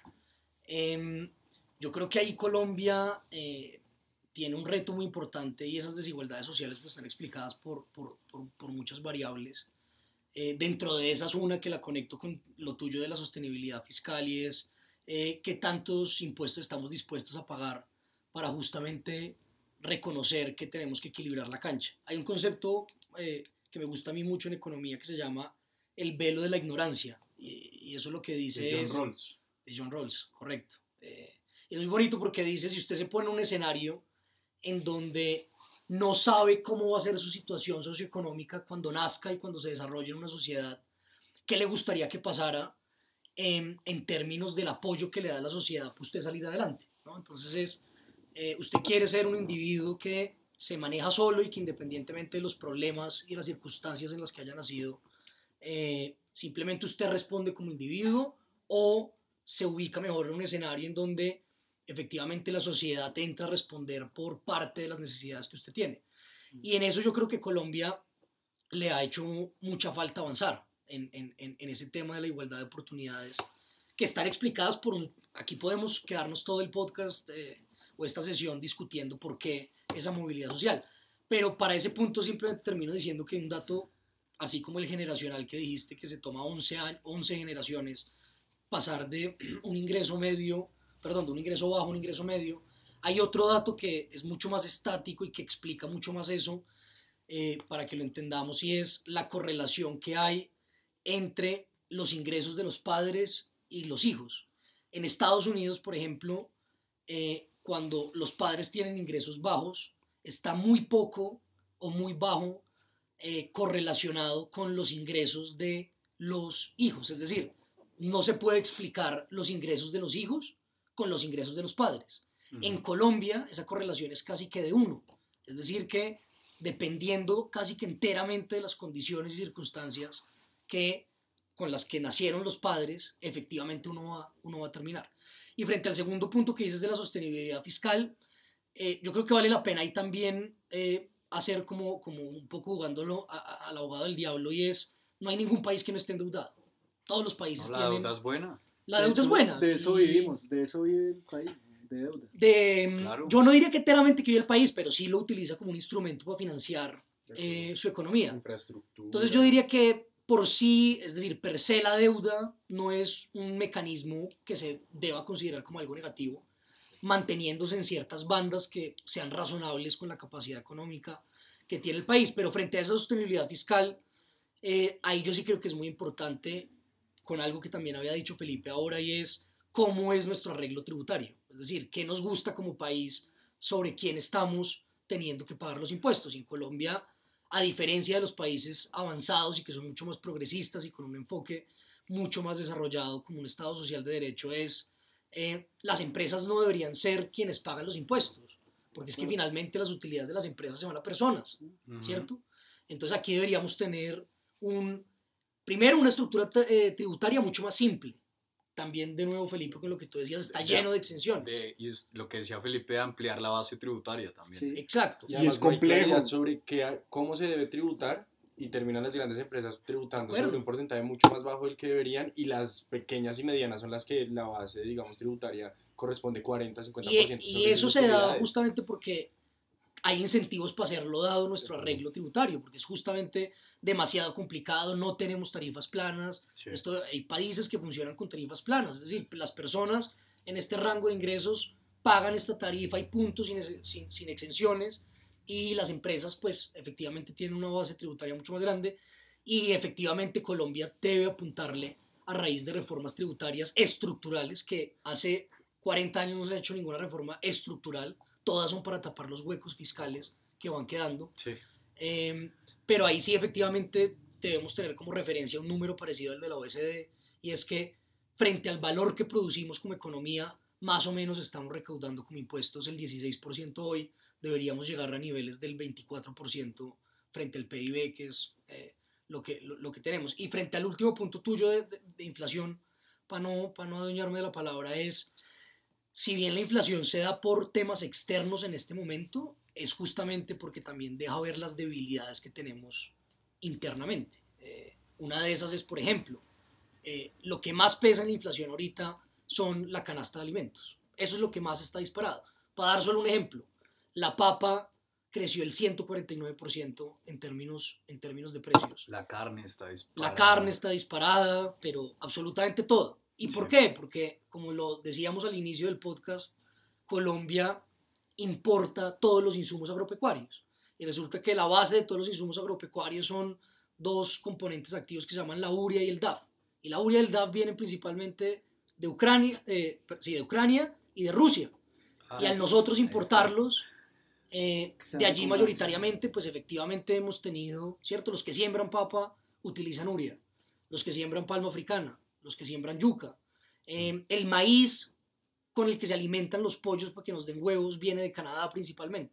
Yo creo que ahí Colombia tiene un reto muy importante y esas desigualdades sociales pues, están explicadas por muchas variables. Dentro de esas una que la conecto con lo tuyo de la sostenibilidad fiscal y es qué tantos impuestos estamos dispuestos a pagar para justamente reconocer que tenemos que equilibrar la cancha. Hay un concepto que me gusta a mí mucho en economía que se llama el velo de la ignorancia y eso lo que dice De John es... Rawls. De John Rawls, correcto. Es muy bonito porque dice, si usted se pone en un escenario en donde no sabe cómo va a ser su situación socioeconómica cuando nazca y cuando se desarrolle en una sociedad, ¿qué le gustaría que pasara en términos del apoyo que le da la sociedad para usted salir adelante? ¿No? Entonces usted quiere ser un individuo que se maneja solo y que independientemente de los problemas y las circunstancias en las que haya nacido, simplemente usted responde como individuo o se ubica mejor en un escenario en donde efectivamente la sociedad entra a responder por parte de las necesidades que usted tiene. Y en eso yo creo que Colombia le ha hecho mucha falta avanzar en ese tema de la igualdad de oportunidades, que están explicadas por aquí podemos quedarnos todo el podcast o esta sesión discutiendo por qué esa movilidad social. Pero para ese punto simplemente termino diciendo que un dato así como el generacional que dijiste que se toma 11 generaciones, pasar de un ingreso medio, perdón, de un ingreso bajo a un ingreso medio. Hay otro dato que es mucho más estático y que explica mucho más eso, para que lo entendamos, y es la correlación que hay entre los ingresos de los padres y los hijos. En Estados Unidos, por ejemplo, cuando los padres tienen ingresos bajos, está muy poco o muy bajo correlacionado con los ingresos de los hijos. Es decir, no se puede explicar los ingresos de los hijos con los ingresos de los padres. En Colombia esa correlación es casi que de 1. Es decir, que dependiendo casi que enteramente de las condiciones y circunstancias con las que nacieron los padres, efectivamente uno va a terminar. Y frente al segundo punto que dices de la sostenibilidad fiscal, yo creo que vale la pena ahí también hacer como un poco jugándolo al abogado del diablo, y es, no hay ningún país que no esté endeudado. Todos los países No, la tienen... deuda es buena. La deuda es buena. De eso vivimos, de eso vive el país, de deuda. Claro. Yo no diría que enteramente que vive el país, pero sí lo utiliza como un instrumento para financiar su economía. Infraestructura. Entonces yo diría que por sí, es decir, per se la deuda no es un mecanismo que se deba considerar como algo negativo, manteniéndose en ciertas bandas que sean razonables con la capacidad económica que tiene el país. Pero frente a esa sostenibilidad fiscal, ahí yo sí creo que es muy importante, con algo que también había dicho Felipe ahora, y es cómo es nuestro arreglo tributario. Es decir, qué nos gusta como país sobre quién estamos teniendo que pagar los impuestos. Y en Colombia, a diferencia de los países avanzados y que son mucho más progresistas y con un enfoque mucho más desarrollado como un Estado social de derecho, las empresas no deberían ser quienes pagan los impuestos, porque es que finalmente las utilidades de las empresas se van a personas, ¿cierto? Entonces aquí deberíamos tener primero una estructura tributaria mucho más simple. También, de nuevo, Felipe, con lo que tú decías, está lleno de exenciones. Y es lo que decía Felipe, de ampliar la base tributaria también. Sí. Exacto. Y además es no hay complejo. claridad sobre cómo se debe tributar, y terminan las grandes empresas tributando De acuerdo. sobre un porcentaje mucho más bajo del que deberían, y las pequeñas y medianas son las que la base, digamos, tributaria corresponde 40-50%. Y eso se da justamente porque hay incentivos para hacerlo dado nuestro arreglo tributario, porque es justamente demasiado complicado, no tenemos tarifas planas. Sí. Hay países que funcionan con tarifas planas, es decir, las personas en este rango de ingresos pagan esta tarifa y puntos sin exenciones, y las empresas pues efectivamente tienen una base tributaria mucho más grande, y efectivamente Colombia debe apuntarle a raíz de reformas tributarias estructurales, que hace 40 años no se ha hecho ninguna reforma estructural, todas son para tapar los huecos fiscales que van quedando. Sí. Pero ahí sí efectivamente debemos tener como referencia un número parecido al de la OECD, y es que frente al valor que producimos como economía, más o menos estamos recaudando como impuestos el 16% hoy, deberíamos llegar a niveles del 24% frente al PIB, que es lo que tenemos. Y frente al último punto tuyo de inflación, para no adueñarme de la palabra, es, si bien la inflación se da por temas externos en este momento, es justamente porque también deja ver las debilidades que tenemos internamente. Una de esas es, por ejemplo, lo que más pesa en la inflación ahorita son la canasta de alimentos. Eso es lo que más está disparado. Para dar solo un ejemplo, la papa creció el 149% en términos de precios. La carne está disparada. La carne está disparada, pero absolutamente todo. ¿Y por qué? Porque, como lo decíamos al inicio del podcast, Colombia importa todos los insumos agropecuarios. Y resulta que la base de todos los insumos agropecuarios son dos componentes activos que se llaman la urea y el DAF. Y la urea y el DAF vienen principalmente de Ucrania, de Ucrania y de Rusia. Y al nosotros importarlos, de allí mayoritariamente, pues efectivamente hemos tenido, ¿cierto? Los que siembran papa utilizan urea, los que siembran palma africana, los que siembran yuca. El maíz con el que se alimentan los pollos para que nos den huevos viene de Canadá principalmente.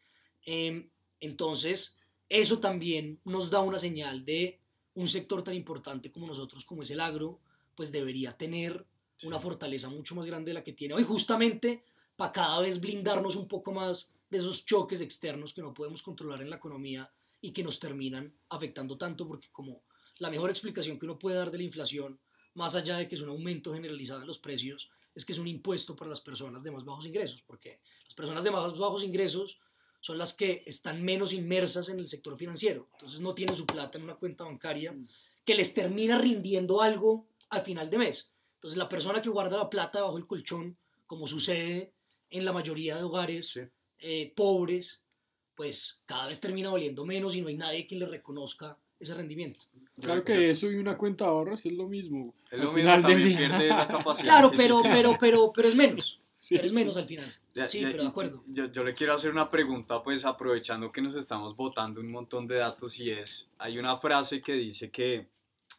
Entonces, eso también nos da una señal de un sector tan importante como nosotros, como es el agro, pues debería tener una fortaleza mucho más grande de la que tiene hoy, justamente para cada vez blindarnos un poco más de esos choques externos que no podemos controlar en la economía y que nos terminan afectando tanto, porque como la mejor explicación que uno puede dar de la inflación, más allá de que es un aumento generalizado en los precios, es que es un impuesto para las personas de más bajos ingresos, porque las personas de más bajos ingresos son las que están menos inmersas en el sector financiero. Entonces no tienen su plata en una cuenta bancaria que les termina rindiendo algo al final de mes. Entonces la persona que guarda la plata bajo el colchón, como sucede en la mayoría de hogares pobres, pues cada vez termina valiendo menos y no hay nadie que le reconozca ese rendimiento. Claro que eso y una cuenta de ahorros es lo mismo. Es lo mismo, también pierde la capacidad. Claro, adquisitiva. pero es menos. Sí, pero es menos al final. Ya, Sí, ya, pero de acuerdo. Yo le quiero hacer una pregunta, pues aprovechando que nos estamos botando un montón de datos y hay una frase que dice que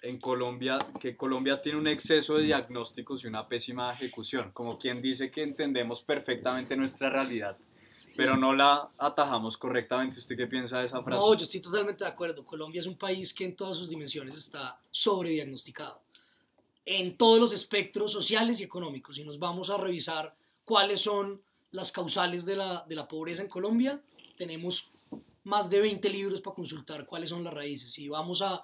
Colombia tiene un exceso de diagnósticos y una pésima ejecución, como quien dice que entendemos perfectamente nuestra realidad, pero no la atajamos correctamente. ¿Usted qué piensa de esa frase? No, yo estoy totalmente de acuerdo. Colombia es un país que en todas sus dimensiones está sobrediagnosticado. En todos los espectros sociales y económicos. Y nos vamos a revisar cuáles son las causales de la pobreza en Colombia. Tenemos más de 20 libros para consultar cuáles son las raíces. Y vamos a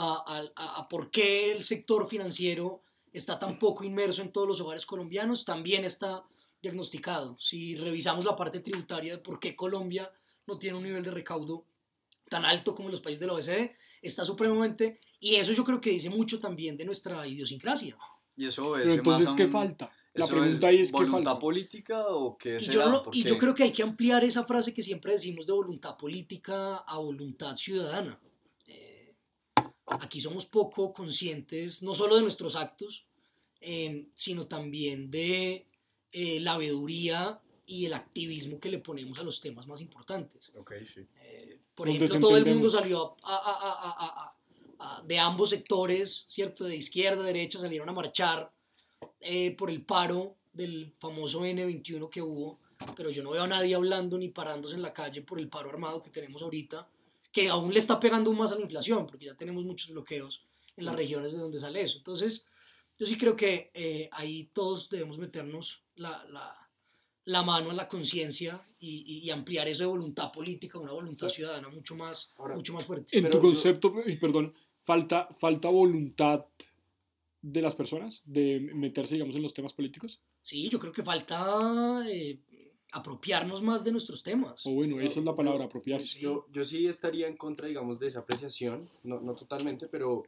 por qué el sector financiero está tan poco inmerso en todos los hogares colombianos, también está diagnosticado. Si revisamos la parte tributaria de por qué Colombia no tiene un nivel de recaudo tan alto como los países de la OECD, está supremamente, y eso yo creo que dice mucho también de nuestra idiosincrasia. Y eso Pero obedece entonces, más a ¿qué falta? La pregunta ahí es ¿qué ¿voluntad falta? política o qué Y será? yo creo que hay que ampliar esa frase que siempre decimos de voluntad política a voluntad ciudadana. Aquí somos poco conscientes no solo de nuestros actos, sino también de la veeduría y el activismo que le ponemos a los temas más importantes. Okay, sí. Por Nos ejemplo, todo el mundo desentendemos. salió de ambos sectores, ¿cierto? De izquierda, derecha, salieron a marchar por el paro del famoso N21 que hubo, pero yo no veo a nadie hablando ni parándose en la calle por el paro armado que tenemos ahorita, que aún le está pegando más a la inflación, porque ya tenemos muchos bloqueos en las regiones de donde sale eso. Entonces, yo sí creo que ahí todos debemos meternos la mano a la conciencia y ampliar eso de voluntad política, una voluntad ciudadana mucho más fuerte. En tu Pero concepto, y perdón, falta voluntad de las personas de meterse, digamos, en los temas políticos. Sí, yo creo que falta apropiarnos más de nuestros temas. O bueno, esa es la palabra, apropiarse. Sí. Yo sí estaría en contra, digamos, de esa apreciación, no totalmente, pero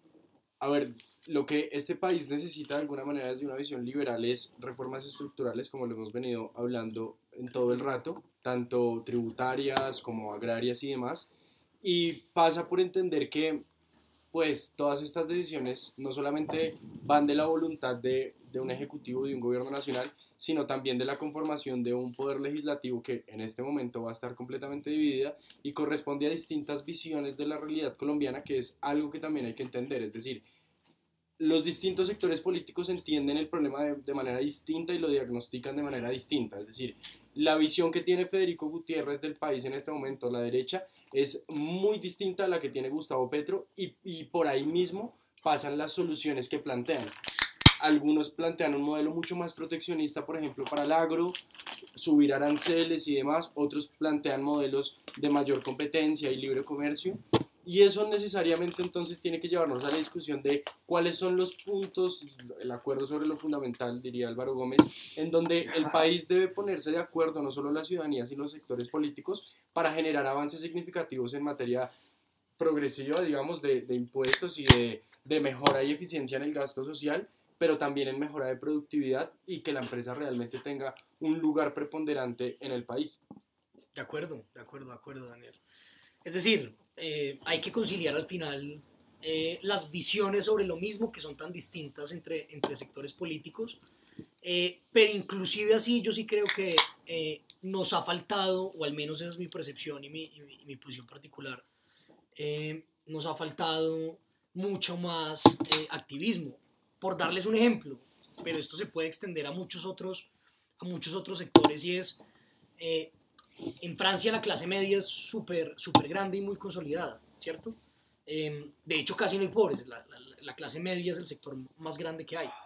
a ver, lo que este país necesita de alguna manera desde una visión liberal es reformas estructurales, como lo hemos venido hablando en todo el rato, tanto tributarias como agrarias y demás, y pasa por entender que pues todas estas decisiones no solamente van de la voluntad de un ejecutivo, de un gobierno nacional, sino también de la conformación de un poder legislativo que en este momento va a estar completamente dividida y corresponde a distintas visiones de la realidad colombiana, que es algo que también hay que entender. Es decir, los distintos sectores políticos entienden el problema de manera distinta y lo diagnostican de manera distinta. Es decir, la visión que tiene Federico Gutiérrez del país en este momento, la derecha, es muy distinta a la que tiene Gustavo Petro y por ahí mismo pasan las soluciones que plantean. Algunos plantean un modelo mucho más proteccionista, por ejemplo, para el agro, subir aranceles y demás. Otros plantean modelos de mayor competencia y libre comercio. Y eso necesariamente entonces tiene que llevarnos a la discusión de cuáles son los puntos, el acuerdo sobre lo fundamental, diría Álvaro Gómez, en donde el país debe ponerse de acuerdo, no solo la ciudadanía, sino los sectores políticos, para generar avances significativos en materia progresiva, digamos, de impuestos y de mejora y eficiencia en el gasto social, pero también en mejora de productividad y que la empresa realmente tenga un lugar preponderante en el país. De acuerdo, Daniel. Es decir, hay que conciliar al final las visiones sobre lo mismo que son tan distintas entre sectores políticos, pero inclusive así yo sí creo que nos ha faltado, o al menos esa es mi percepción y mi posición particular, nos ha faltado mucho más activismo. Por darles un ejemplo, pero esto se puede extender a muchos otros sectores, y es en Francia la clase media es súper grande y muy consolidada, ¿cierto? De hecho casi no hay pobres, la clase media es el sector más grande que hay.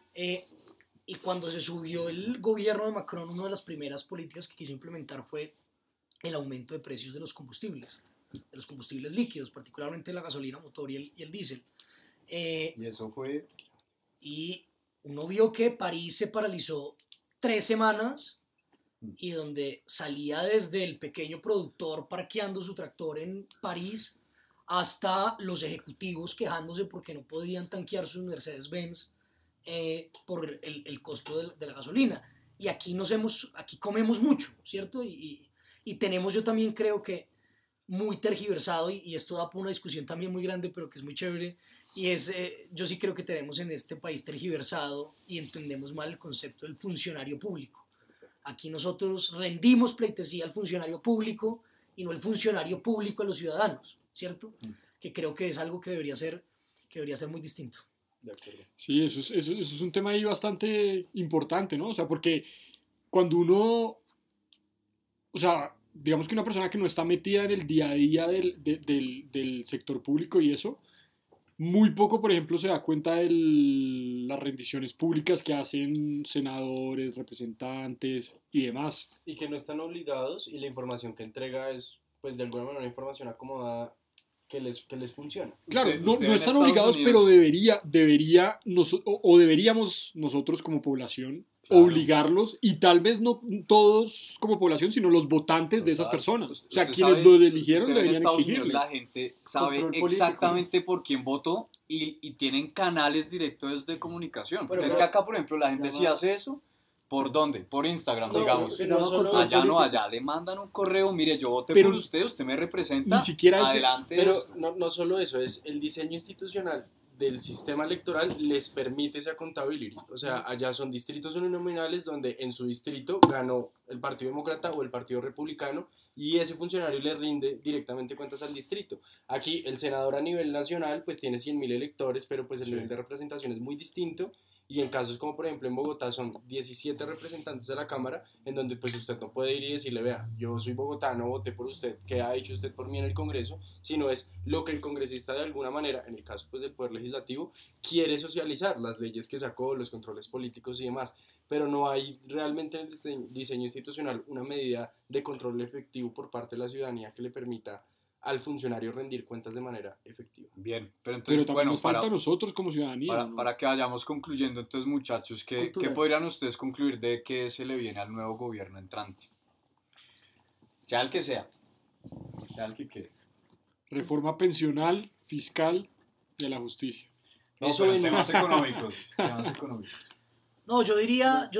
Y cuando se subió el gobierno de Macron, una de las primeras políticas que quiso implementar fue el aumento de precios de los combustibles líquidos, particularmente la gasolina motor y el diésel. Y eso fue... Y uno vio que París se paralizó 3 semanas y donde salía desde el pequeño productor parqueando su tractor en París hasta los ejecutivos quejándose porque no podían tanquear sus Mercedes-Benz por el costo de la gasolina. Y aquí aquí comemos mucho, ¿cierto? Y tenemos, yo también creo que muy tergiversado, y esto da por una discusión también muy grande, pero que es muy chévere, y es, yo sí creo que tenemos en este país tergiversado y entendemos mal el concepto del funcionario público. Aquí nosotros rendimos pleitesía al funcionario público y no el funcionario público a los ciudadanos, ¿cierto? Que creo que es algo que debería ser muy distinto. De acuerdo. Sí, eso es un tema ahí bastante importante, ¿no? O sea, porque cuando uno, o sea, digamos que una persona que no está metida en el día a día del sector público y eso, muy poco, por ejemplo, se da cuenta de las rendiciones públicas que hacen senadores, representantes y demás. Y que no están obligados, y la información que entrega es, pues, de alguna manera, una información acomodada que les funciona. Claro, Usted no en están Estados obligados, Unidos- pero deberíamos nosotros como población Claro. obligarlos, y tal vez no todos como población, sino los votantes de esas Total. personas. O Usted sea, quienes sabe- lo eligieron usted en deberían Estados Unidos exigirle. la gente sabe Control político. exactamente por quién votó y tienen canales directos de comunicación. Bueno, es pero- que acá, por ejemplo, la se gente sí llama- hace eso. ¿Por dónde? Por Instagram, No, digamos. se no llama solo- control Allá no, político. allá le mandan un correo, mire, yo voté Pero por usted me representa, ni siquiera es de- adelante. Pero no solo eso, es el diseño institucional del sistema electoral les permite esa accountability. O sea, allá son distritos uninominales donde en su distrito ganó el Partido Demócrata o el Partido Republicano, y ese funcionario le rinde directamente cuentas al distrito. Aquí el senador a nivel nacional pues tiene 100.000 electores, pero pues el Sí. nivel de representación es muy distinto. Y en casos como por ejemplo en Bogotá son 17 representantes de la Cámara, en donde pues usted no puede ir y decirle, vea, yo soy bogotano, voté por usted, ¿qué ha hecho usted por mí en el Congreso? Sino es lo que el congresista de alguna manera, en el caso pues del Poder Legislativo, quiere socializar, las leyes que sacó, los controles políticos y demás. Pero no hay realmente en el diseño institucional una medida de control efectivo por parte de la ciudadanía que le permita al funcionario rendir cuentas de manera efectiva. Bien, pero Pero entonces, también bueno, nos falta a nosotros como ciudadanía, ¿no? para que vayamos concluyendo, entonces, muchachos, ¿qué Cultura. podrían ustedes concluir de qué se le viene al nuevo gobierno entrante? Sea el que sea el que quede. Reforma pensional, fiscal y a la justicia. No, Eso pero en- temas económicos, temas económicos. No, yo diría,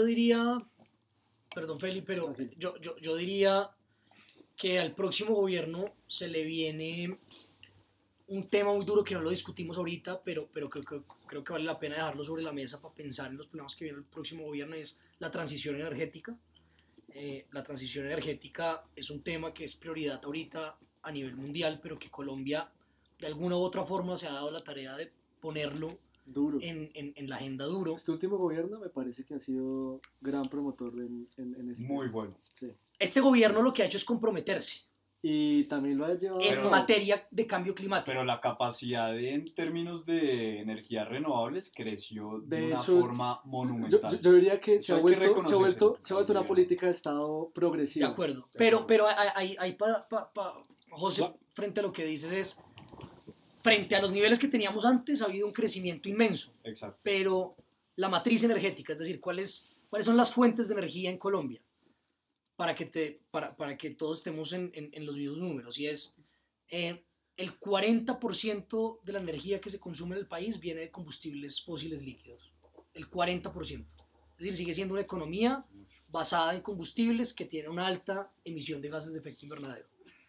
perdón Feli, pero yo diría que al próximo gobierno se le viene un tema muy duro que no lo discutimos ahorita, pero creo que vale la pena dejarlo sobre la mesa para pensar en los problemas que viene el próximo gobierno, es la transición energética. La transición energética es un tema que es prioridad ahorita a nivel mundial, pero que Colombia de alguna u otra forma se ha dado la tarea de ponerlo Duro. en la agenda duro. Este último gobierno me parece que ha sido gran promotor en ese Muy tema. bueno. Sí. Este gobierno lo que ha hecho es comprometerse Y también lo ha llevado en Pero- materia de cambio climático. Pero la capacidad en términos de energías renovables creció de De una hecho, forma yo, monumental. yo diría que Eso se ha hay que vuelto reconocérselo, una también. política de Estado De progresiva. acuerdo. Pero ahí José, frente a lo que dices es, frente a los niveles que teníamos antes ha habido un crecimiento inmenso, Exacto. pero la matriz energética, es decir, ¿cuáles son las fuentes de energía en Colombia? Para que todos estemos en los mismos números, y es el 40% de la energía que se consume en el país viene de combustibles fósiles líquidos, el 40%. Es decir, sigue siendo una economía basada en combustibles que tiene una alta emisión de gases de efecto invernadero.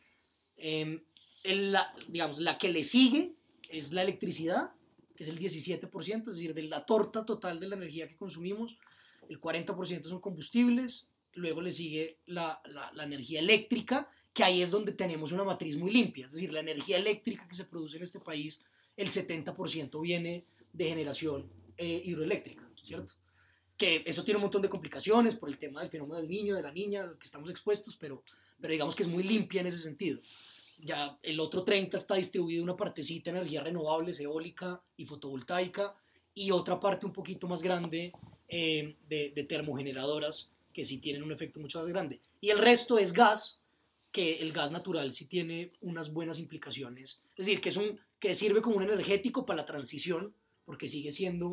Digamos, la que le sigue es la electricidad, que es el 17%, es decir, de la torta total de la energía que consumimos, el 40% son combustibles. Luego le sigue la energía eléctrica, que ahí es donde tenemos una matriz muy limpia, es decir, la energía eléctrica que se produce en este país, el 70% viene de generación hidroeléctrica, ¿cierto? Que eso tiene un montón de complicaciones por el tema del fenómeno del niño, de la niña, al que estamos expuestos, pero digamos que es muy limpia en ese sentido. Ya el otro 30% está distribuido una partecita en energías renovables, eólica y fotovoltaica, y otra parte un poquito más grande de termogeneradoras, que sí tienen un efecto mucho más grande. Y el resto es gas, que el gas natural sí tiene unas buenas implicaciones. Es decir, que sirve como un energético para la transición, porque sigue siendo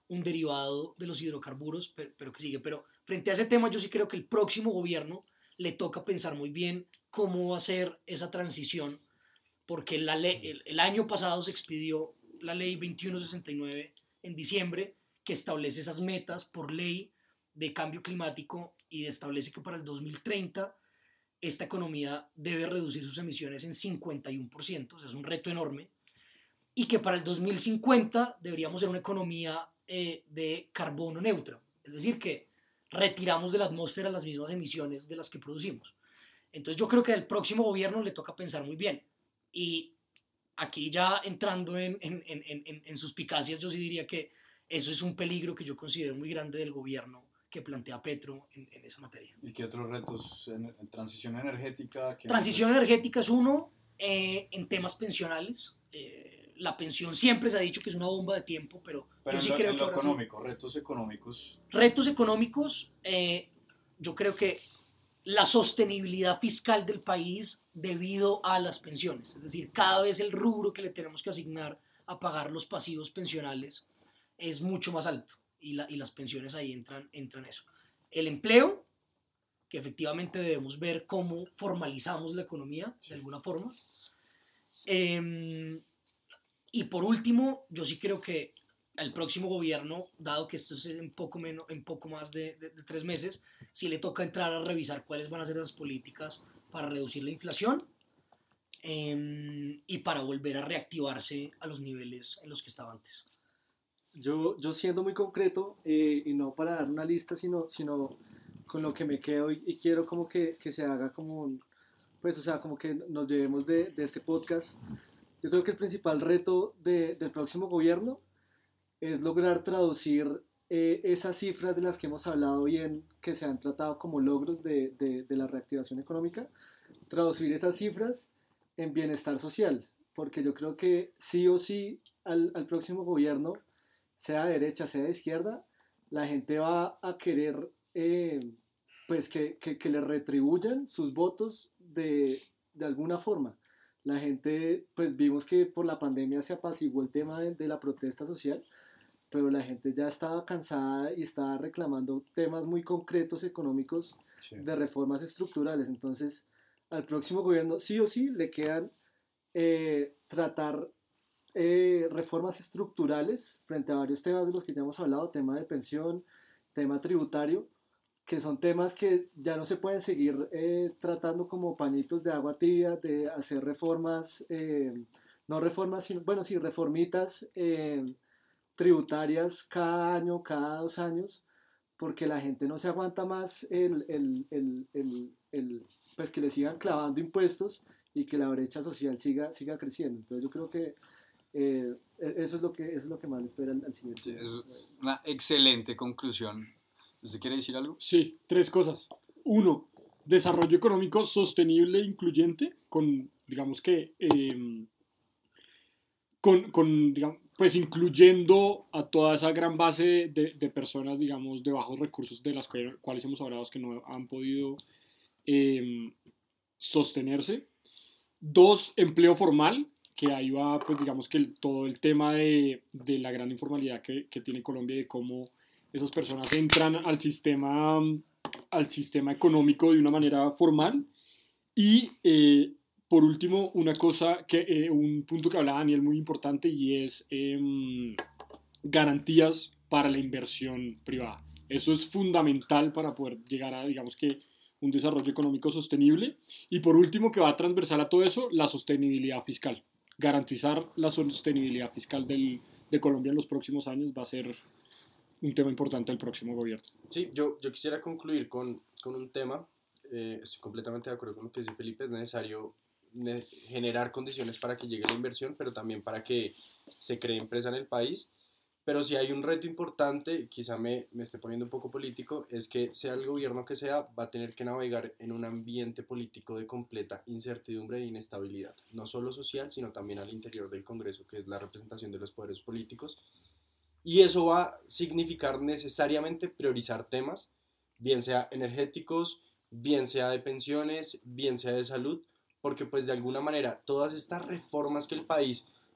un derivado de los hidrocarburos, pero que sigue. Pero frente a ese tema yo sí creo que el próximo gobierno le toca pensar muy bien cómo va a ser esa transición, porque el año pasado se expidió la ley 2169 en diciembre, que establece esas metas por ley de cambio climático y establece que para el 2030 esta economía debe reducir sus emisiones en 51%, o sea, es un reto enorme, y que para el 2050 deberíamos ser una economía de carbono neutro, es decir, que retiramos de la atmósfera las mismas emisiones de las que producimos. Entonces yo creo que al próximo gobierno le toca pensar muy bien. Y aquí ya entrando en suspicacias, yo sí diría que eso es un peligro que yo considero muy grande del gobierno que plantea Petro en esa materia. ¿Y qué otros retos en transición energética? Transición energética es uno, en temas pensionales. La pensión siempre se ha dicho que es una bomba de tiempo, pero yo sí creo en que lo ahora económico, retos económicos. retos económicos, yo creo que la sostenibilidad fiscal del país debido a las pensiones, es decir, cada vez el rubro que le tenemos que asignar a pagar los pasivos pensionales es mucho más alto y las pensiones ahí entran eso. El empleo, que efectivamente debemos ver cómo formalizamos la economía de alguna forma. Y por último, yo sí creo que al próximo gobierno, dado que esto es en poco más de 3 meses, sí le toca entrar a revisar cuáles van a ser las políticas para reducir la inflación y para volver a reactivarse a los niveles en los que estaba antes. Yo siendo muy concreto, y no para dar una lista, sino con lo que me quedo y quiero como que se haga como pues, o sea, como que nos llevemos de este podcast. Yo creo que el principal reto del próximo gobierno es lograr traducir esas cifras de las que hemos hablado bien, que se han tratado como logros de la reactivación económica, traducir esas cifras en bienestar social, porque yo creo que sí o sí al próximo gobierno, sea de derecha, sea de izquierda, la gente va a querer pues que le retribuyan sus votos de alguna forma. La gente, pues vimos que por la pandemia se apaciguó el tema de la protesta social, pero la gente ya estaba cansada y estaba reclamando temas muy concretos económicos, sí, de reformas estructurales. Entonces, al próximo gobierno sí o sí le quedan tratar reformas estructurales frente a varios temas de los que ya hemos hablado, tema de pensión, tema tributario, que son temas que ya no se pueden seguir tratando como pañitos de agua tibia, de hacer reformas, no reformas, sino, bueno, sí, reformitas tributarias cada año, cada 2 años, porque la gente no se aguanta más pues que le sigan clavando impuestos y que la brecha social siga creciendo. Entonces yo creo que eso es lo que más le espera al siguiente. Sí, es una excelente conclusión. ¿Usted quiere decir algo? Sí, 3 cosas. 1, desarrollo económico sostenible e incluyente, con, digamos que, digamos, pues incluyendo a toda esa gran base de personas, digamos, de bajos recursos, de las cuales hemos hablado que no han podido sostenerse. 2, empleo formal, que ahí va, pues digamos que todo el tema de la gran informalidad que tiene Colombia y de cómo esas personas entran al sistema económico de una manera formal. Y por último, un punto que hablaba Daniel muy importante, y es garantías para la inversión privada. Eso es fundamental para poder llegar a, digamos que, un desarrollo económico sostenible. Y por último, que va transversal a todo eso, la sostenibilidad fiscal. Garantizar la sostenibilidad fiscal de Colombia en los próximos años va a ser un tema importante del próximo gobierno. Sí, yo quisiera concluir con un tema. Estoy completamente de acuerdo con lo que dice Felipe. Es necesario generar condiciones para que llegue la inversión, pero también para que se cree empresa en el país. Pero si hay un reto importante, quizá me esté poniendo un poco político, es que sea el gobierno que sea, va a tener que navegar en un ambiente político de completa incertidumbre e inestabilidad, no solo social, sino también al interior del Congreso, que es la representación de los poderes políticos. Y eso va a significar necesariamente priorizar temas, bien sea energéticos, bien sea de pensiones, bien sea de salud, porque pues de alguna manera todas estas reformas que el país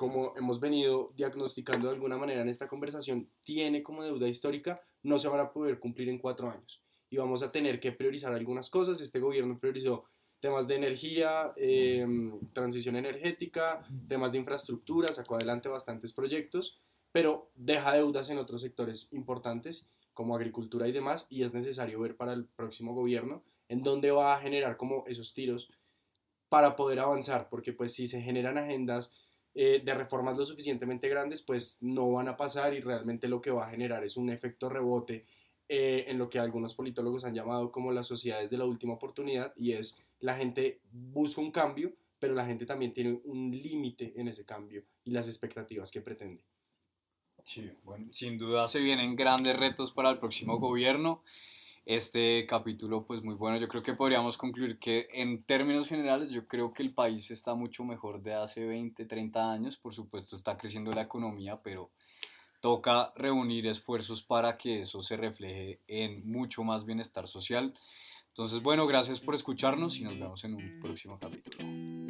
como hemos venido diagnosticando de alguna manera en esta conversación, tiene como deuda histórica, no se van a poder cumplir en 4 años. Y vamos a tener que priorizar algunas cosas. Este gobierno priorizó temas de energía, transición energética, temas de infraestructura, sacó adelante bastantes proyectos, pero deja deudas en otros sectores importantes como agricultura y demás, y es necesario ver para el próximo gobierno en dónde va a generar como esos tiros para poder avanzar, porque pues si se generan agendas de reformas lo suficientemente grandes, pues no van a pasar y realmente lo que va a generar es un efecto rebote en lo que algunos politólogos han llamado como las sociedades de la última oportunidad, y es la gente busca un cambio, pero la gente también tiene un límite en ese cambio y las expectativas que pretende. Sí, bueno, sin duda se vienen grandes retos para el próximo gobierno. Este capítulo pues muy bueno, yo creo que podríamos concluir que en términos generales yo creo que el país está mucho mejor de hace 20, 30 años, por supuesto está creciendo la economía, pero toca reunir esfuerzos para que eso se refleje en mucho más bienestar social. Entonces bueno, gracias por escucharnos y nos vemos en un próximo capítulo.